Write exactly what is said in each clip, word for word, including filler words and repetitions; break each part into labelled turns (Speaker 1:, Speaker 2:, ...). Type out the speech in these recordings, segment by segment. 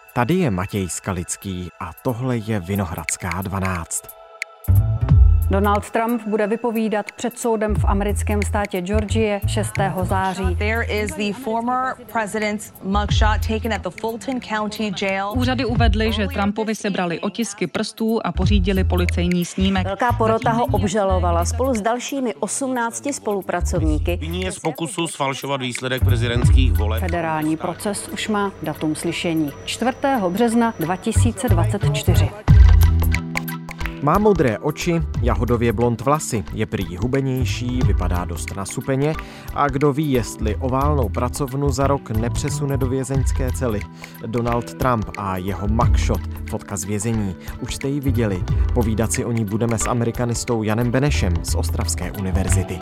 Speaker 1: Tady je Matěj Skalický a tohle je Vinohradská dvanáct.
Speaker 2: Donald Trump bude vypovídat před soudem v americkém státě Georgie šestého září.
Speaker 3: There is the former president's mugshot taken at the Fulton County Jail.
Speaker 4: Úřady uvedly, že Trumpovi sebrali otisky prstů a pořídili policejní snímek.
Speaker 2: Velká porota ho obžalovala spolu s dalšími osmnácti spolupracovníky.
Speaker 5: Viní je z pokusu sfalšovat výsledek prezidentských voleb.
Speaker 2: Federální proces už má datum slyšení čtvrtého března dva tisíce dvacet čtyři.
Speaker 1: Má modré oči, jahodově blond vlasy, je prý hubenější, vypadá dost nasupeně a kdo ví, jestli oválnou pracovnu za rok nepřesune do vězeňské cely. Donald Trump a jeho mugshot, fotka z vězení. Už jste ji viděli. Povídat si o ní budeme s amerikanistou Janem Benešem z Ostravské univerzity.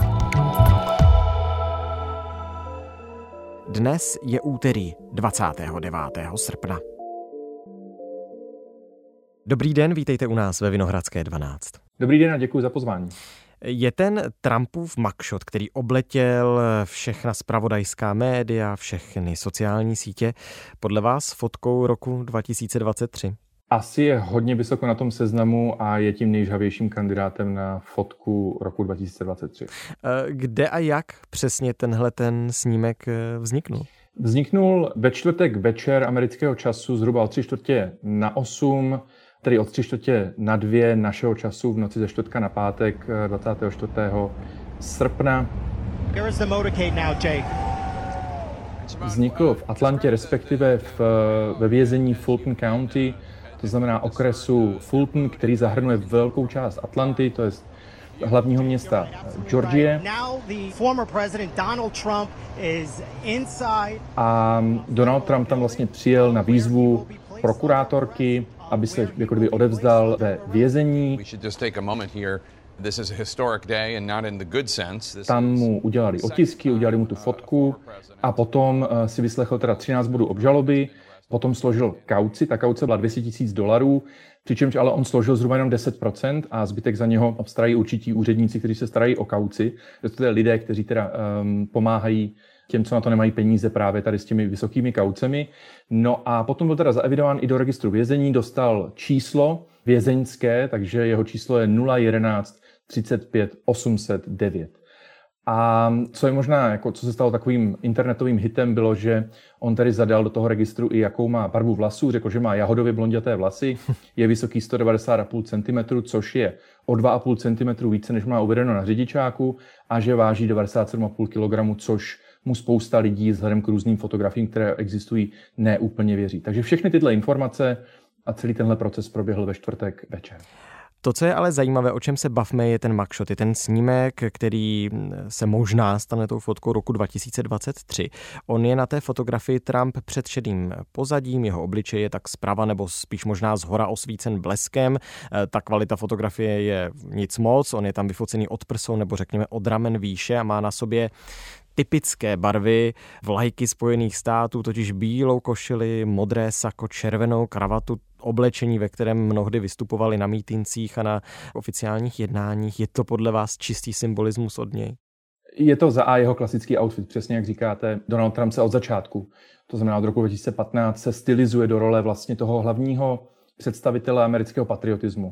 Speaker 1: Dnes je úterý dvacátého devátého srpna. Dobrý den, vítejte u nás ve Vinohradské dvanáct.
Speaker 6: Dobrý den a děkuji za pozvání.
Speaker 1: Je ten Trumpův mugshot, který obletěl všechna zpravodajská média, všechny sociální sítě, podle vás fotkou roku dva tisíce dvacet tři?
Speaker 6: Asi je hodně vysoko na tom seznamu a je tím nejžhavějším kandidátem na fotku roku dva tisíce dvacet tři.
Speaker 1: Kde a jak přesně tenhle ten snímek vzniknul?
Speaker 6: Vzniknul ve čtvrtek večer amerického času zhruba od tři čtvrtě na osm, tedy od tři čtvrtě na dvě našeho času v noci ze čtvrtka na pátek dvacátého čtvrtého srpna. Vznikl v Atlantě, respektive v, ve vězení Fulton County, to znamená okresu Fulton, který zahrnuje velkou část Atlanty, to je hlavního města Georgie. A Donald Trump tam vlastně přijel na výzvu prokurátorky, aby se jako kdyby odevzdal ve vězení. Tam mu udělali otisky, udělali mu tu fotku a potom si vyslechl teda třináct bodů obžaloby, potom složil kauci, ta kauce byla dvě stě tisíc dolarů, přičemž ale on složil zhruba jenom deset procent a zbytek za něho obstarají určití úředníci, kteří se starají o kauci. To je lidé, kteří teda um, pomáhají těm, co na to nemají peníze právě tady s těmi vysokými kaucemi. No a potom byl teda zaevidován i do registru vězení, dostal číslo vězeňské, takže jeho číslo je nula jedenáct třicet pět osm set devět. A co je možná, jako co se stalo takovým internetovým hitem, bylo, že on tady zadal do toho registru i jakou má barvu vlasů, řekl, že má jahodově blonděté vlasy, je vysoký sto devadesát celá pět centimetru, což je o dva celá pět centimetru více, než má uvedeno na řidičáku, a že váží devadesát sedm celá pět kilogramu, což mu spousta lidí vzhledem k různým fotografiím, které existují, neúplně věří. Takže všechny tyhle informace a celý tenhle proces proběhl ve čtvrtek večer.
Speaker 1: To, co je ale zajímavé, o čem se bavme, je ten mugshot, je ten snímek, který se možná stane tou fotkou roku dva tisíce dvacet tři. On je na té fotografii Trump před šedým pozadím, jeho obličej je tak zprava nebo spíš možná zhora osvícen bleskem. Ta kvalita fotografie je nic moc, on je tam vyfocený od prsou nebo řekněme od ramen výše a má na sobě typické barvy vlajky Spojených států, totiž bílou košili, modré sako, červenou kravatu, oblečení, ve kterém mnohdy vystupovali na mítincích a na oficiálních jednáních. Je to podle vás čistý symbolismus od něj?
Speaker 6: Je to za A jeho klasický outfit, přesně jak říkáte. Donald Trump se od začátku, to znamená od roku dva tisíce patnáct, se stylizuje do role vlastně toho hlavního představitele amerického patriotismu.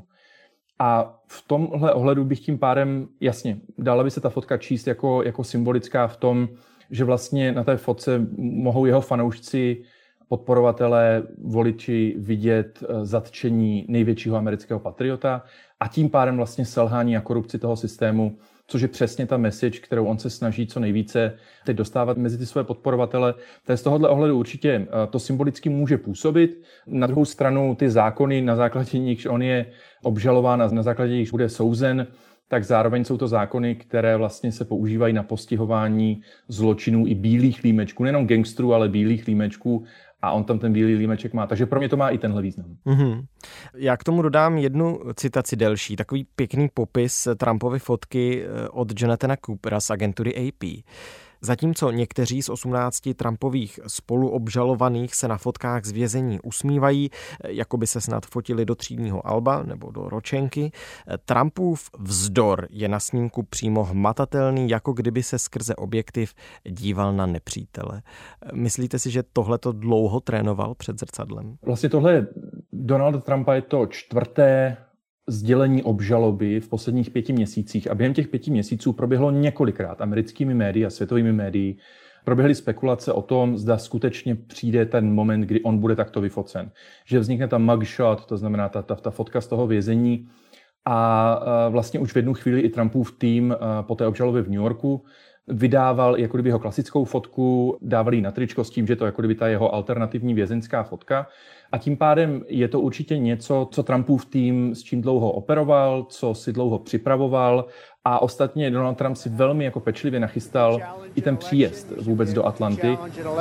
Speaker 6: A v tomhle ohledu bych tím pádem, jasně, dala by se ta fotka číst jako, jako symbolická v tom, že vlastně na té fotce mohou jeho fanoušci, podporovatelé, voliči vidět zatčení největšího amerického patriota a tím pádem vlastně selhání a korupci toho systému, což je přesně ta message, kterou on se snaží co nejvíce teď dostávat mezi ty své podporovatele. To je z tohohle ohledu určitě to symbolicky může působit. Na druhou stranu ty zákony, na základě nichž on je obžalován a na základě nichž bude souzen, tak zároveň jsou to zákony, které vlastně se používají na postihování zločinů i bílých límečků, nejenom gangstrů, ale bílých límečků. A on tam ten bílý límeček má. Takže pro mě to má i tenhle význam.
Speaker 1: Mm-hmm. Já k tomu dodám jednu citaci delší, takový pěkný popis Trumpovy fotky od Jonathana Coopera z agentury A P. Zatímco někteří z osmnácti Trumpových spoluobžalovaných se na fotkách z vězení usmívají, jako by se snad fotili do třídního alba nebo do ročenky, Trumpův vzdor je na snímku přímo hmatatelný, jako kdyby se skrze objektiv díval na nepřítele. Myslíte si, že tohle to dlouho trénoval před zrcadlem?
Speaker 6: Vlastně tohle Donalda Trumpa je to čtvrté sdělení obžaloby v posledních pěti měsících a během těch pěti měsíců proběhlo několikrát americkými médii a světovými médii proběhly spekulace o tom, zda skutečně přijde ten moment, kdy on bude takto vyfocen. Že vznikne ta mugshot, to znamená ta, ta, ta fotka z toho vězení a vlastně už v jednu chvíli i Trumpův tým po té obžalobě v New Yorku vydával jako kdyby jeho klasickou fotku, dávali ji na tričko s tím, že to jako kdyby ta jeho alternativní vězeňská fotka. A tím pádem je to určitě něco, co Trumpův tým s čím dlouho operoval, co si dlouho připravoval a ostatně Donald Trump si velmi jako pečlivě nachystal i ten příjezd vůbec do Atlanty.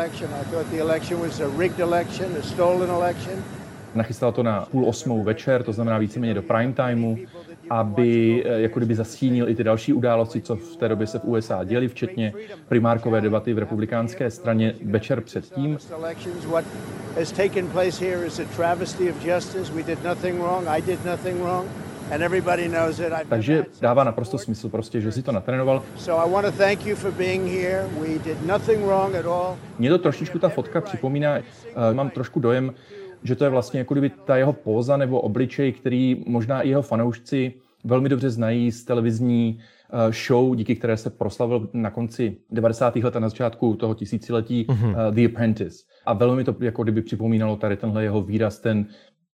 Speaker 6: Nachystal to na půl osmou večer, to znamená víceméně do prime timeu, aby jako kdyby zastínil i ty další události, co v té době se v U S A děly, včetně primárkové debaty v republikánské straně večer předtím. Takže dává naprosto smysl prostě, že si to natrénoval. Mně to trošičku ta fotka připomíná, mám trošku dojem, že to je vlastně jako kdyby ta jeho póza nebo obličej, který možná i jeho fanoušci velmi dobře znají z televizní show, díky které se proslavil na konci devadesátých let a na začátku toho tisíciletí mm-hmm. The Apprentice. A velmi to jako kdyby připomínalo tady tenhle jeho výraz, ten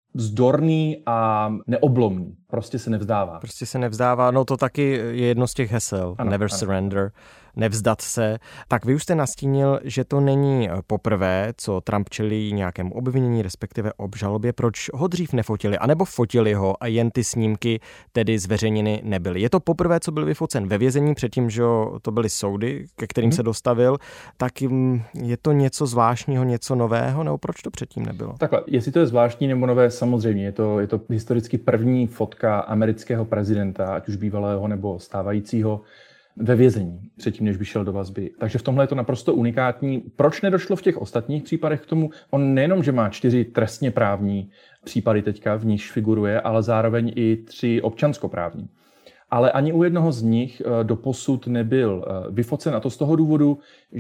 Speaker 6: vzdorný a neoblomný. Prostě se nevzdává.
Speaker 1: Prostě se nevzdává. No to taky je jedno z těch hesel. Ano, Never ano. surrender. Nevzdat se. Tak vy už jste nastínil, že to není poprvé, co Trump čelí nějakému obvinění, respektive obžalobě. Proč ho dřív nefotili? A nebo fotili ho a jen ty snímky tedy zveřejněny nebyly? Je to poprvé, co byl vyfocen ve vězení, předtím, že to byly soudy, ke kterým hmm. se dostavil. Tak je to něco zvláštního, něco nového? Nebo proč to předtím nebylo?
Speaker 6: Takhle, jestli to je zvláštní nebo nové, samozřejmě. Je to, je to historicky první fotka amerického prezidenta, ať už bývalého nebo stávajícího, ve vězení, předtím, než by šel do vazby. Takže v tomhle je to naprosto unikátní. Proč nedošlo v těch ostatních případech k tomu? On nejenom, že má čtyři trestně právní případy teďka, v níž figuruje, ale zároveň i tři občanskoprávní. Ale ani u jednoho z nich doposud nebyl vyfocen, a to z toho důvodu,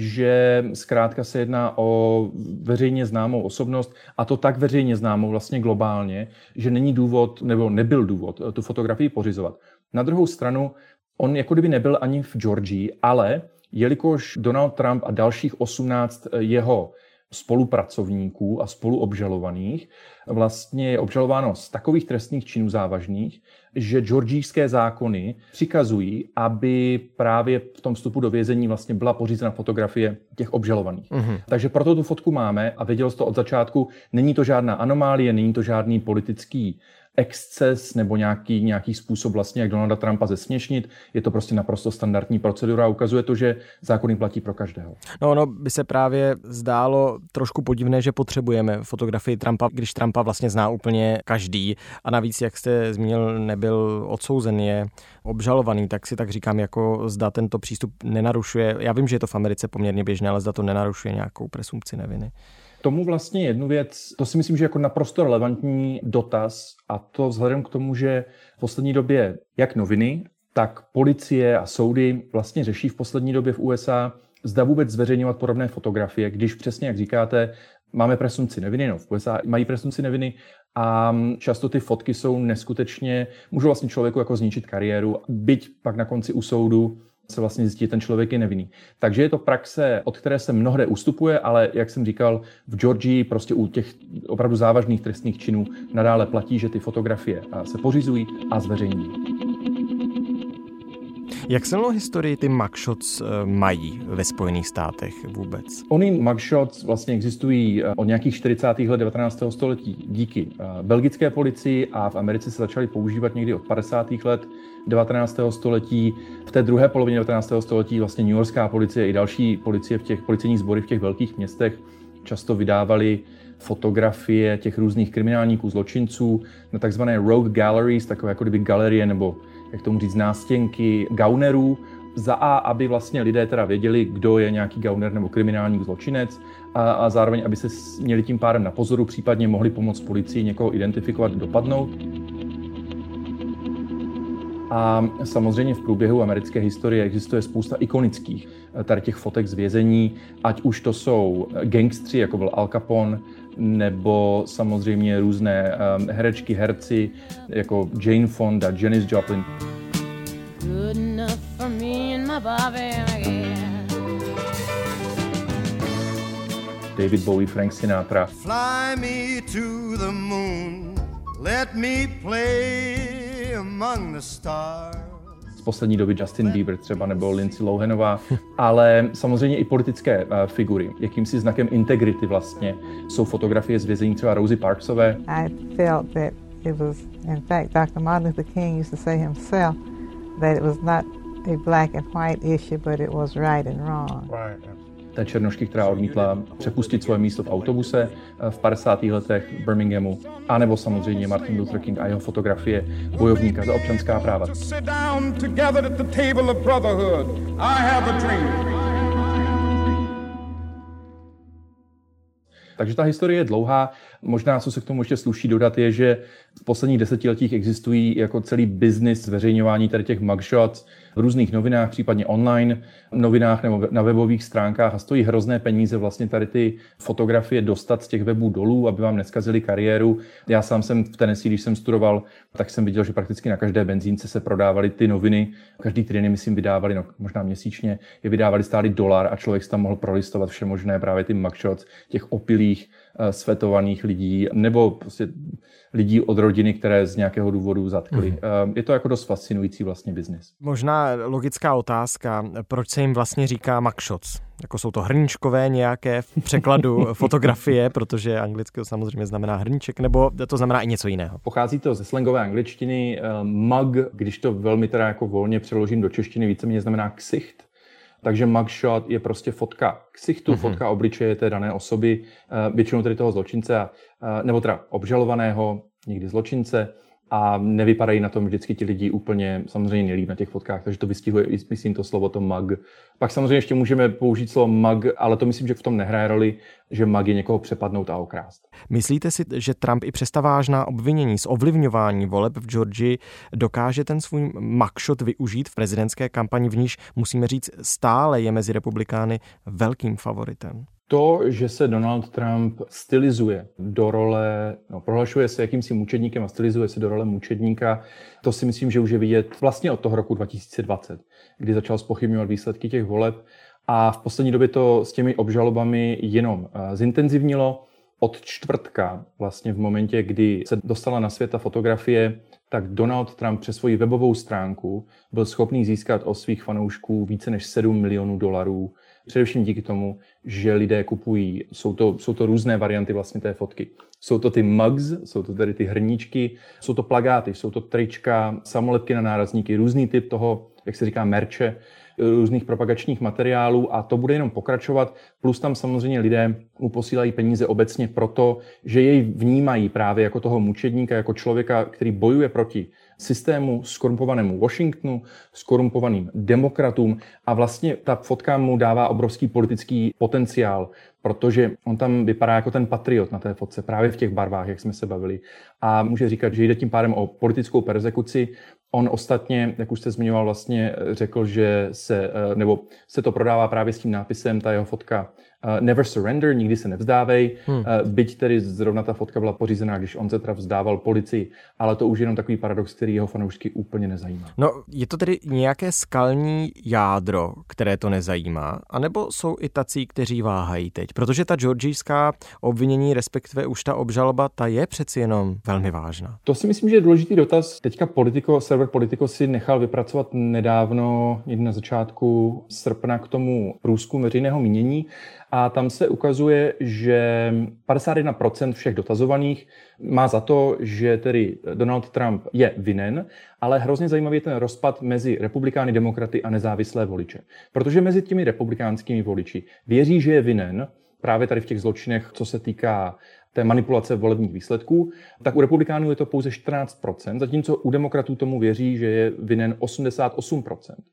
Speaker 6: že zkrátka se jedná o veřejně známou osobnost, a to tak veřejně známou vlastně globálně, že není důvod, nebo nebyl důvod tu fotografii pořizovat. Na druhou stranu, on jako kdyby nebyl ani v Georgii, ale jelikož Donald Trump a dalších osmnáct jeho spolupracovníků a spoluobžalovaných vlastně je obžalováno z takových trestných činů závažných, že georgijské zákony přikazují, aby právě v tom vstupu do vězení vlastně byla pořízena fotografie těch obžalovaných. Mm-hmm. Takže proto tu fotku máme a vědělo se to od začátku, není to žádná anomálie, není to žádný politický exces nebo nějaký, nějaký způsob vlastně, jak Donalda Trumpa zesměšnit. Je to prostě naprosto standardní procedura a ukazuje to, že zákony platí pro každého.
Speaker 1: No ono by se právě zdálo trošku podivné, že potřebujeme fotografii Trumpa, když Trumpa vlastně zná úplně každý a navíc, jak jste zmínil, nebyl odsouzen, je obžalovaný, tak si tak říkám, jako zda tento přístup nenarušuje, já vím, že je to v Americe poměrně běžné, ale zda to nenarušuje nějakou presumpci neviny.
Speaker 6: Tomu vlastně jednu věc, to si myslím, že jako naprosto relevantní dotaz, a to vzhledem k tomu, že v poslední době jak noviny, tak policie a soudy vlastně řeší v poslední době v U S A, zda vůbec zveřejňovat podobné fotografie, když přesně, jak říkáte, máme presumpci neviny, no v U S A mají presumpci neviny a často ty fotky jsou neskutečně, můžou vlastně člověku jako zničit kariéru, byť pak na konci u soudu se vlastně zjistí, že ten člověk je nevinný. Takže je to praxe, od které se mnohde ustupuje, ale jak jsem říkal, v Georgii prostě u těch opravdu závažných trestných činů nadále platí, že ty fotografie se pořizují a zveřejňují.
Speaker 1: Jak silnou historii ty mugshots mají ve Spojených státech vůbec? Ony
Speaker 6: mugshots vlastně existují od nějakých čtyřicátých let devatenáctého století díky belgické policii a v Americe se začaly používat někdy od padesátých let devatenáctého století. V té druhé polovině devatenáctého století vlastně newyorská policie i další policie v těch policejních sbory v těch velkých městech často vydávali fotografie těch různých kriminálníků, zločinců na takzvané rogue galleries, takové jako kdyby galerie nebo jak tomu říct, nástěnky gaunerů Za A, aby vlastně lidé teda věděli, kdo je nějaký gauner nebo kriminální zločinec a, a zároveň, aby se měli tím pádem na pozoru, případně mohli pomoct policii někoho identifikovat, dopadnout. A samozřejmě v průběhu americké historie existuje spousta ikonických tady těch fotek z vězení, ať už to jsou gangstři, jako byl Al Capone, nebo samozřejmě různé um, herečky, herci, jako Jane Fonda, Janis Joplin. David Bowie, Frank Sinatra. Fly me to the moon, let me play among the stars. Z poslední doby Justin Bieber třeba nebo Lindsay Lohanová, ale samozřejmě i politické uh, figury. Jakýmsi znakem integrity vlastně jsou fotografie z vězení třeba Rosie Parksové. I felt that it was, in fact, doktor Martin Luther King used to say himself that it was not a black and white issue, but it was right and wrong. Right. Té černošky, která odmítla přepustit svoje místo v autobuse v padesátých letech v Birminghamu, a nebo samozřejmě Martin Luther King a jeho fotografie bojovníka za občanská práva. Takže ta historie je dlouhá. Možná, co se k tomu ještě sluší dodat, je, že v posledních desetiletích existují jako celý biznis zveřejňování tady těch mugshots v různých novinách, případně online novinách nebo na webových stránkách a stojí hrozné peníze vlastně tady ty fotografie dostat z těch webů dolů, aby vám neskazili kariéru. Já sám jsem v Tennessee, když jsem studoval, tak jsem viděl, že prakticky na každé benzínce se prodávaly ty noviny. Každý týden, myslím, vydávali, no, možná měsíčně, je vydávali stály dolar a člověk si tam mohl prolistovat vše možné, právě ty mugshots těch opilých, svetovaných lidí, nebo prostě lidí od rodiny, které z nějakého důvodu zatkli. Mm. Je to jako dost fascinující vlastně biznis.
Speaker 1: Možná logická otázka, proč se jim vlastně říká mugshots? Jako jsou to hrníčkové nějaké v překladu fotografie, protože anglicky samozřejmě znamená hrníček, nebo to znamená i něco jiného?
Speaker 6: Pochází to ze slangové angličtiny. Mug, když to velmi teda jako volně přeložím do češtiny, víceméně znamená ksicht. Takže mugshot je prostě fotka ksichtu, mm-hmm. fotka obličeje té dané osoby, většinou tedy toho zločince, nebo teda obžalovaného, někdy zločince, a nevypadají na tom vždycky ti lidi úplně samozřejmě nejlíp na těch fotkách, takže to vystihuje, myslím, to slovo, to mug. Pak samozřejmě ještě můžeme použít slovo mug, ale to myslím, že v tom nehraje roli, že mug je někoho přepadnout a okrást.
Speaker 1: Myslíte si, že Trump i přes ta vážná obvinění z ovlivňování voleb v Georgii dokáže ten svůj mugshot využít v prezidentské kampani, v níž, musíme říct, stále je mezi republikány velkým favoritem?
Speaker 6: To, že se Donald Trump stylizuje do role, no, prohlašuje se jakýmsi mučedníkem a stylizuje se do role mučedníka, to si myslím, že už je vidět vlastně od toho roku dva tisíce dvacet, kdy začal zpochybňovat výsledky těch voleb a v poslední době to s těmi obžalobami jenom zintenzivnilo. Od čtvrtka, vlastně v momentě, kdy se dostala na svět ta fotografie, tak Donald Trump přes svoji webovou stránku byl schopný získat od svých fanoušků více než sedm milionů dolarů. Především díky tomu, že lidé kupují, jsou to, jsou to různé varianty vlastně té fotky. Jsou to ty mugs, jsou to tedy ty hrníčky, jsou to plakáty, jsou to trička, samolepky na nárazníky, různý typ toho, jak se říká, merče, různých propagačních materiálů a to bude jenom pokračovat. Plus tam samozřejmě lidé mu posílají peníze obecně proto, že jej vnímají právě jako toho mučedníka, jako člověka, který bojuje proti systému, skorumpovanému Washingtonu, skorumpovaným demokratům a vlastně ta fotka mu dává obrovský politický potenciál, protože on tam vypadá jako ten patriot na té fotce, právě v těch barvách, jak jsme se bavili. A může říkat, že jde tím pádem o politickou perzekuci. On ostatně, jak už jste zmiňoval, vlastně řekl, že se, nebo se to prodává právě s tím nápisem, ta jeho fotka Never surrender, nikdy se nevzdávej, hmm. byť tedy zrovna ta fotka byla pořízená, když on se teda vzdával policii, ale to už je jenom takový paradox, který jeho fanoušky úplně nezajímá.
Speaker 1: No, je to tedy nějaké skalní jádro, které to nezajímá, anebo jsou i tací, kteří váhají teď? Protože ta georgijská obvinění, respektive už ta obžaloba, ta je přeci jenom velmi vážná.
Speaker 6: To si myslím, že je důležitý dotaz. Teďka Politico, server Politico si nechal vypracovat nedávno, někdy na začátku srpna, k tomu průzkum veřejného mínění. A tam se ukazuje, že padesát jedna procent všech dotazovaných má za to, že tedy Donald Trump je vinen, ale hrozně zajímavý je ten rozpad mezi republikány, demokraty a nezávislé voliče. Protože mezi těmi republikánskými voliči věří, že je vinen právě tady v těch zločinech, co se týká té manipulace volebních výsledků, tak u republikánů je to pouze čtrnáct procent, zatímco u demokratů tomu věří, že je vinen osmdesát osm procent.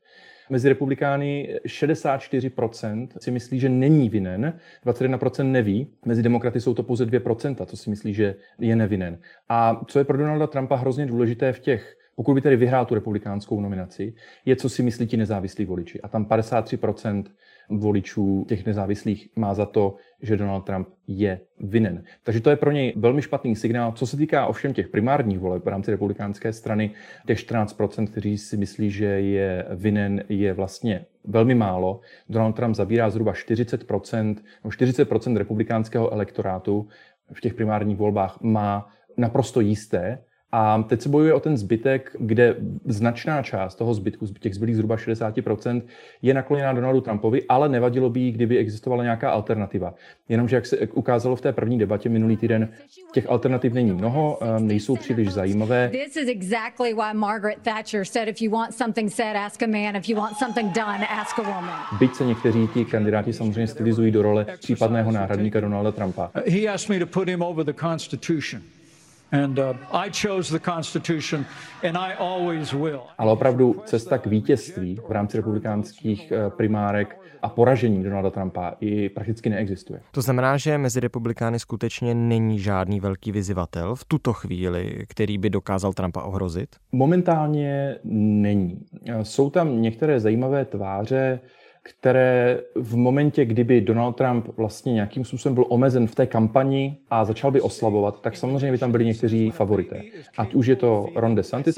Speaker 6: Mezi republikány šedesát čtyři procent si myslí, že není vinen, dvacet jedna procent neví. Mezi demokraty jsou to pouze dvě procenta, co si myslí, že je nevinen. A co je pro Donalda Trumpa hrozně důležité v těch, pokud by tedy vyhrál tu republikánskou nominaci, je, co si myslí ti nezávislí voliči. A tam padesát tři procent voličů těch nezávislých má za to, že Donald Trump je vinen. Takže to je pro něj velmi špatný signál. Co se týká ovšem těch primárních voleb v rámci republikánské strany, těch čtrnáct procent, kteří si myslí, že je vinen, je vlastně velmi málo. Donald Trump zabírá zhruba čtyřicet procent, no čtyřicet procent republikánského elektorátu v těch primárních volbách má naprosto jisté. A teď se bojuje o ten zbytek, kde značná část toho zbytku, těch zbylých zhruba šedesát procent, je nakloněná Donaldu Trumpovi, ale nevadilo by jí, kdyby existovala nějaká alternativa. Jenomže, jak se ukázalo v té první debatě minulý týden, těch alternativ není mnoho, nejsou příliš zajímavé.
Speaker 7: This is exactly why Margaret Thatcher said if you want something said, ask a man, if you want something done, ask a woman.
Speaker 6: Byť se někteří ti kandidáti samozřejmě stylizují do role případného náhradníka Donalda Trumpa.
Speaker 8: He asked me to put him over the Constitution. And uh, I chose the Constitution and I always will.
Speaker 6: Ale opravdu cesta k vítězství v rámci republikánských primárek a poražení Donalda Trumpa i prakticky neexistuje.
Speaker 1: To znamená, že mezi republikány skutečně není žádný velký vyzývatel v tuto chvíli, který by dokázal Trumpa ohrozit?
Speaker 6: Momentálně není. Jsou tam některé zajímavé tváře, které v momentě, kdyby Donald Trump vlastně nějakým způsobem byl omezen v té kampani a začal by oslabovat, tak samozřejmě by tam byli někteří favorité. Ať už je to Ron DeSantis,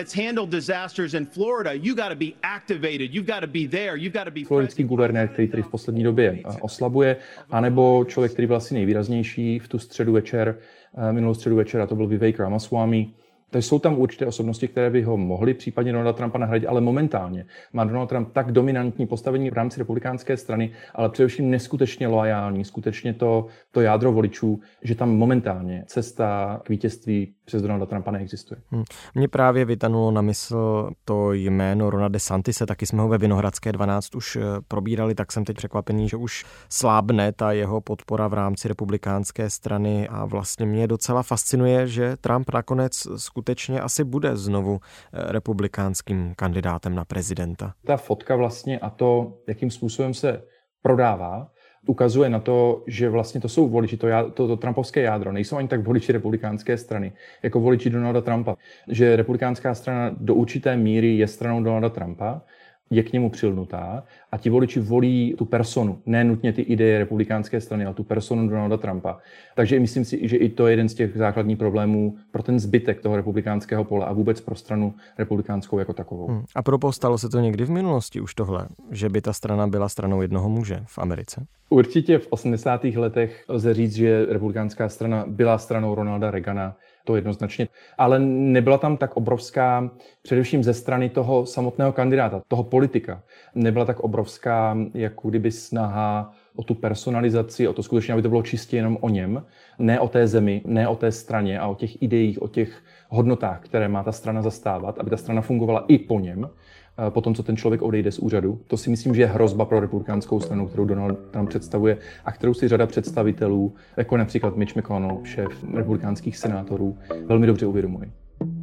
Speaker 6: floridský guvernér, který tady v poslední době oslabuje, anebo člověk, který byl asi nejvýraznější v tu středu večer, minulou středu večer, a to byl Vivek Ramaswamy. Takže jsou tam určité osobnosti, které by ho mohly případně Donalda Trumpa nahradit, ale momentálně má Donald Trump tak dominantní postavení v rámci republikánské strany, ale především neskutečně loajální, skutečně to, to jádro voličů, že tam momentálně cesta k vítězství přes Donalda Trumpa neexistuje.
Speaker 1: Hmm. Mně právě vytanulo na mysl to jméno Rona DeSantise, taky jsme ho ve Vinohradské dvanáct už probírali, tak jsem teď překvapený, že už slábne ta jeho podpora v rámci republikánské strany a vlastně mě docela fascinuje, že Trump nakonec skutečně asi bude znovu republikánským kandidátem na prezidenta.
Speaker 6: Ta fotka vlastně a to, jakým způsobem se prodává, ukazuje na to, že vlastně to jsou voliči, to, to, to trumpovské jádro, nejsou ani tak voliči republikánské strany, jako voliči Donalda Trumpa. Že republikánská strana do určité míry je stranou Donalda Trumpa, je k němu přilnutá a ti voliči volí tu personu, ne nutně ty ideje republikánské strany, ale tu personu Donalda Trumpa. Takže myslím si, že i to je jeden z těch základních problémů pro ten zbytek toho republikánského pole a vůbec pro stranu republikánskou jako takovou. Hmm.
Speaker 1: A propos, stalo se to někdy v minulosti už tohle, že by ta strana byla stranou jednoho muže v Americe?
Speaker 6: Určitě v osmdesátých letech lze říct, že republikánská strana byla stranou Ronalda Reagana, to jednoznačně. Ale nebyla tam tak obrovská, především ze strany toho samotného kandidáta, toho politika. Nebyla tak obrovská, jako kdyby snaha o tu personalizaci, o to skutečně, aby to bylo čistě jenom o něm, ne o té zemi, ne o té straně a o těch ideích, o těch hodnotách, které má ta strana zastávat, aby ta strana fungovala i po něm, po tom, co ten člověk odejde z úřadu. To si myslím, že je hrozba pro republikánskou stranu, kterou Donald Trump představuje a kterou si řada představitelů, jako například Mitch McConnell, šéf republikánských senátorů, velmi dobře uvědomuje.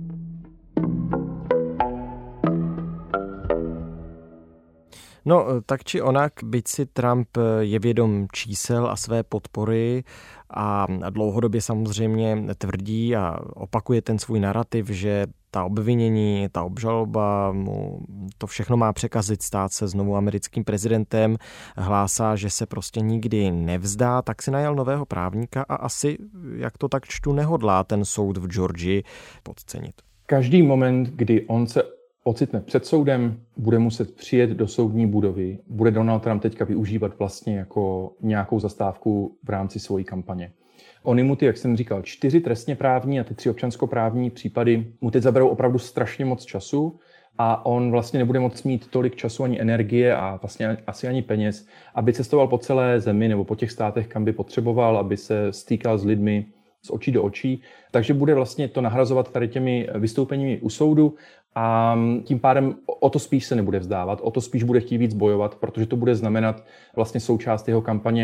Speaker 1: No, tak či onak, byť si Trump je vědom čísel a své podpory a dlouhodobě samozřejmě tvrdí a opakuje ten svůj narrativ, že ta obvinění, ta obžaloba, mu to všechno má překazit, stát se znovu americkým prezidentem, hlásá, že se prostě nikdy nevzdá, tak si najal nového právníka a asi, jak to tak čtu, nehodlá ten soud v Georgii podcenit.
Speaker 6: Každý moment, kdy on se ocitne před soudem, bude muset přijet do soudní budovy, bude Donald Trump teďka využívat vlastně jako nějakou zastávku v rámci své kampaně. Ony mu ty, jak jsem říkal, čtyři trestně právní a ty tři občanskoprávní případy mu teď zaberou opravdu strašně moc času a on vlastně nebude moct mít tolik času ani energie a vlastně asi ani peněz, aby cestoval po celé zemi nebo po těch státech, kam by potřeboval, aby se stýkal s lidmi z očí do očí. Takže bude vlastně to nahrazovat tady těmi vystoupeními u soudu a tím pádem o to spíš se nebude vzdávat, o to spíš bude chtít víc bojovat, protože to bude znamenat vlastně součást jeho kampaně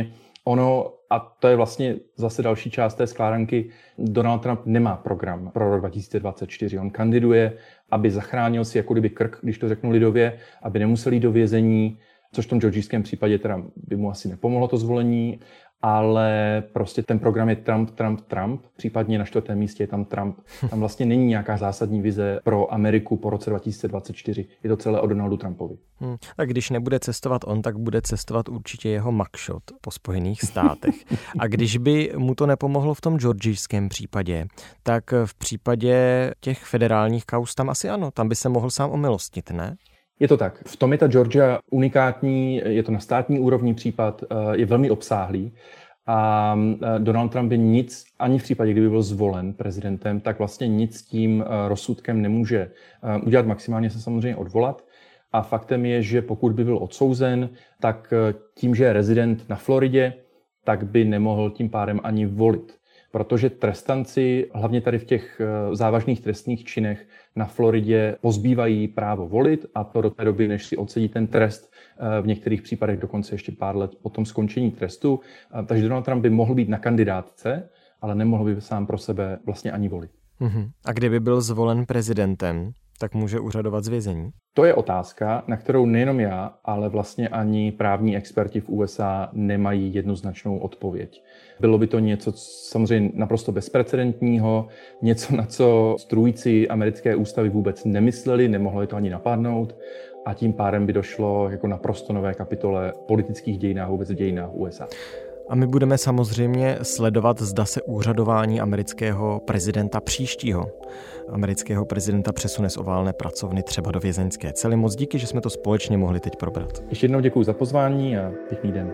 Speaker 6: Ono, a to je vlastně zase další část té skládanky, Donald Trump nemá program pro rok dva tisíce dvacet čtyři. On kandiduje, aby zachránil si jako kdyby krk, když to řeknu lidově, aby nemusel jít do vězení, což v tom georgijském případě teda by mu asi nepomohlo to zvolení, ale prostě ten program je Trump, Trump, Trump, případně na čtvrtém místě je tam Trump. Tam vlastně není nějaká zásadní vize pro Ameriku po roce dva tisíce dvacet čtyři. Je to celé o Donaldu Trumpovi.
Speaker 1: Hmm. A když nebude cestovat on, tak bude cestovat určitě jeho mugshot po Spojených státech. A když by mu to nepomohlo v tom georgijském případě, tak v případě těch federálních kauz tam asi ano. Tam by se mohl sám omilostnit, ne?
Speaker 6: Je to tak. V tom je ta Georgia unikátní, je to na státní úrovni případ, je velmi obsáhlý a Donald Trump by nic, ani v případě, kdyby byl zvolen prezidentem, tak vlastně nic s tím rozsudkem nemůže udělat, maximálně se samozřejmě odvolat. A faktem je, že pokud by byl odsouzen, tak tím, že je rezident na Floridě, tak by nemohl tím pádem ani volit. Protože trestanci, hlavně tady v těch závažných trestných činech na Floridě, pozbývají právo volit a to do té doby, než si odsedí ten trest, v některých případech dokonce ještě pár let po tom skončení trestu. Takže Donald Trump by mohl být na kandidátce, ale nemohl by sám pro sebe vlastně ani volit.
Speaker 1: Uhum. A kdyby byl zvolen prezidentem, tak může úřadovat z vězení?
Speaker 6: To je otázka, na kterou nejenom já, ale vlastně ani právní experti v U S A nemají jednoznačnou odpověď. Bylo by to něco samozřejmě naprosto bezprecedentního, něco, na co strůjci americké ústavy vůbec nemysleli, nemohlo je to ani napadnout a tím pádem by došlo jako naprosto nové kapitole politických dějinách, vůbec v dějinách U S A.
Speaker 1: A my budeme samozřejmě sledovat, zda se úřadování amerického prezidenta příštího amerického prezidenta přesune z oválné pracovny třeba do vězeňské cely. Moc díky, že jsme to společně mohli teď probrat.
Speaker 6: Ještě jednou děkuji za pozvání a pěkný den.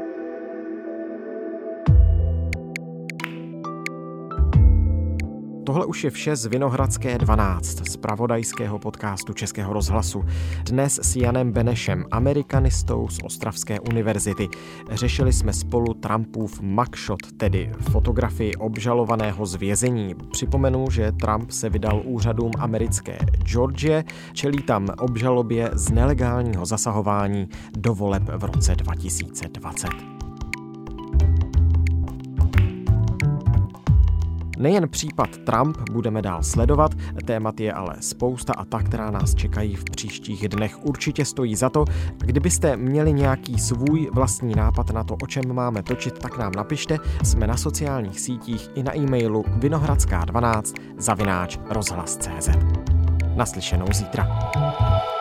Speaker 1: Tohle už je vše z Vinohradské dvanáct, z zpravodajského podcastu Českého rozhlasu. Dnes s Janem Benešem, amerikanistou z Ostravské univerzity. Řešili jsme spolu Trumpův mugshot, tedy fotografii obžalovaného z vězení. Připomenu, že Trump se vydal úřadům americké Georgie, čelí tam obžalobě z nelegálního zasahování do voleb v roce dva tisíce dvacet. Nejen případ Trump budeme dál sledovat, témat je ale spousta a ta, která nás čekají v příštích dnech, určitě stojí za to. Kdybyste měli nějaký svůj vlastní nápad na to, o čem máme točit, tak nám napište. Jsme na sociálních sítích i na e-mailu vinohradská dvanáct zavináč rozhlas tečka cé zet. Naslyšenou zítra.